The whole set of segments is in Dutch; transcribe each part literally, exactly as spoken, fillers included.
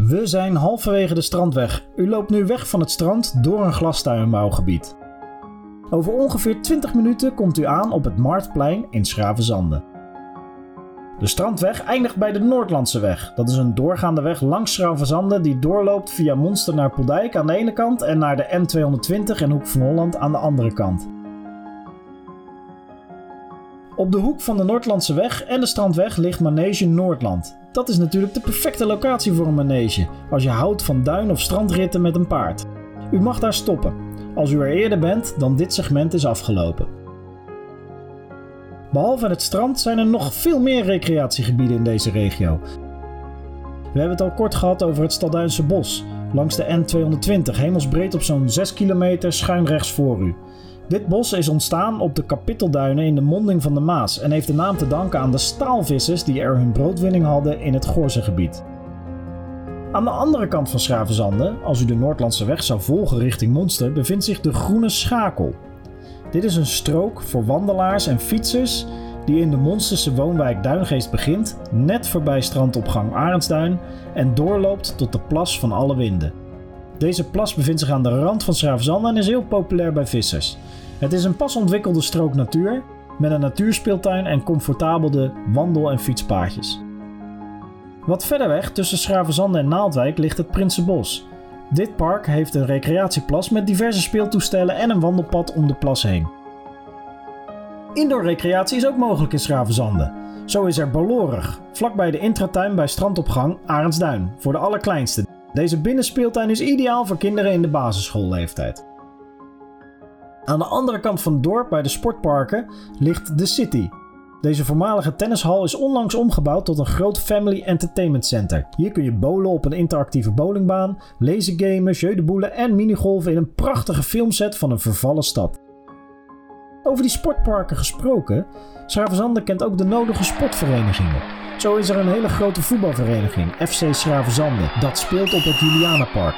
We zijn halverwege de Strandweg. U loopt nu weg van het strand door een glastuinbouwgebied. Over ongeveer twintig minuten komt u aan op het Marktplein in Schravenzande. De Strandweg eindigt bij de Noordlandseweg. Dat is een doorgaande weg langs Schravenzande die doorloopt via Monster naar Poeldijk aan de ene kant en naar de N tweehonderdtwintig en Hoek van Holland aan de andere kant. Op de hoek van de Noordlandseweg en de Strandweg ligt Manege Noordland. Dat is natuurlijk de perfecte locatie voor een manege, als je houdt van duin- of strandritten met een paard. U mag daar stoppen, als u er eerder bent dan dit segment is afgelopen. Behalve het strand zijn er nog veel meer recreatiegebieden in deze regio. We hebben het al kort gehad over het Stalduinse Bos, langs de N tweehonderdtwintig, hemelsbreed op zo'n zes kilometer schuin rechts voor u. Dit bos is ontstaan op de Kapittelduinen in de monding van de Maas en heeft de naam te danken aan de staalvissers die er hun broodwinning hadden in het Goorzengebied. Aan de andere kant van Schravenzande, als u de Noordlandse weg zou volgen richting Monster, bevindt zich de Groene Schakel. Dit is een strook voor wandelaars en fietsers die in de Monsterse woonwijk Duingeest begint, net voorbij strandopgang Arendsduin en doorloopt tot de Plas van Alle Winden. Deze plas bevindt zich aan de rand van Schravenzande en is heel populair bij vissers. Het is een pas ontwikkelde strook natuur met een natuurspeeltuin en comfortabele wandel- en fietspaadjes. Wat verder weg tussen Schravenzande en Naaldwijk ligt het Prinsenbos. Dit park heeft een recreatieplas met diverse speeltoestellen en een wandelpad om de plas heen. Indoor recreatie is ook mogelijk in Schravenzande. Zo is er Ballorig, vlakbij de intratuin bij strandopgang Arendsduin, voor de allerkleinste. Deze binnenspeeltuin is ideaal voor kinderen in de basisschoolleeftijd. Aan de andere kant van het dorp, bij de sportparken, ligt The City. Deze voormalige tennishal is onlangs omgebouwd tot een groot family entertainment center. Hier kun je bowlen op een interactieve bowlingbaan, lasergamen, jeu de boule en minigolven in een prachtige filmset van een vervallen stad. Over die sportparken gesproken, Schravenzande kent ook de nodige sportverenigingen. Zo is er een hele grote voetbalvereniging, F C Schravenzande, dat speelt op het Julianapark.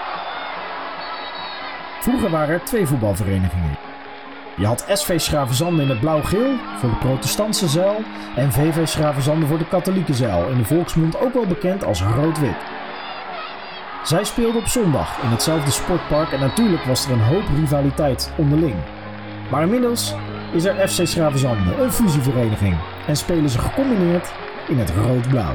Vroeger waren er twee voetbalverenigingen. Je had S V Schravenzande in het blauw-geel voor de protestantse zuil en V V Schravenzande voor de katholieke zuil, in de volksmond ook wel bekend als rood-wit. Zij speelden op zondag in hetzelfde sportpark en natuurlijk was er een hoop rivaliteit onderling. Maar inmiddels is er F C Schravenzande, een fusievereniging, en spelen ze gecombineerd in het rood-blauw.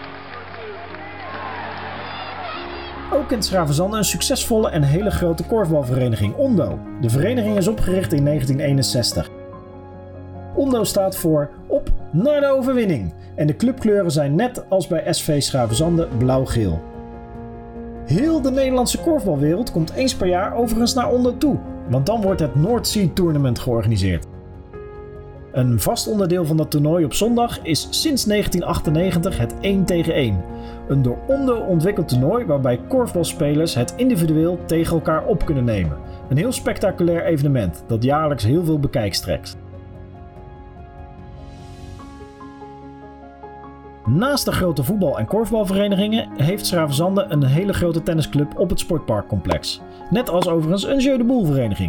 Ook kent Schravenzande een succesvolle en hele grote korfbalvereniging, Ondo. De vereniging is opgericht in negentien eenenzestig. Ondo staat voor Op naar de overwinning en de clubkleuren zijn net als bij S V Schravenzande blauw-geel. Heel de Nederlandse korfbalwereld komt eens per jaar overigens naar Ondo toe, want dan wordt het North Sea Tournament georganiseerd. Een vast onderdeel van dat toernooi op zondag is sinds negentien achtennegentig het één tegen één. Een door Ondo ontwikkeld toernooi waarbij korfbalspelers het individueel tegen elkaar op kunnen nemen. Een heel spectaculair evenement dat jaarlijks heel veel bekijks trekt. Naast de grote voetbal- en korfbalverenigingen heeft Schravenzande een hele grote tennisclub op het sportparkcomplex. Net als overigens een jeu de boule vereniging.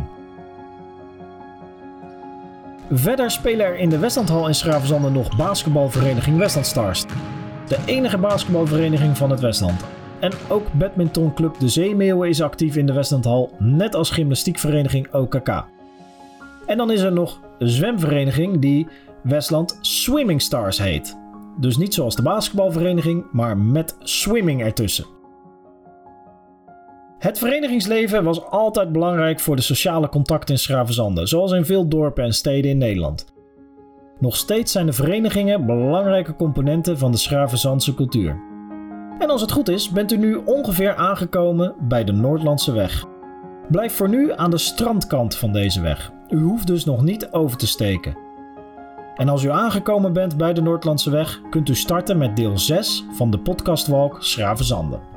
Verder spelen er in de Westlandhal in Schravenzande nog basketbalvereniging Westland Stars. De enige basketbalvereniging van het Westland. En ook badmintonclub De Zeemeeuwen is actief in de Westlandhal, net als gymnastiekvereniging O K K. En dan is er nog een zwemvereniging die Westland Swimming Stars heet. Dus niet zoals de basketbalvereniging, maar met swimming ertussen. Het verenigingsleven was altijd belangrijk voor de sociale contacten in Schravenzande, zoals in veel dorpen en steden in Nederland. Nog steeds zijn de verenigingen belangrijke componenten van de Schravenzandse cultuur. En als het goed is, bent u nu ongeveer aangekomen bij de Noordlandse weg. Blijf voor nu aan de strandkant van deze weg. U hoeft dus nog niet over te steken. En als u aangekomen bent bij de Noordlandse weg, kunt u starten met deel zes van de podcastwalk Schravenzande.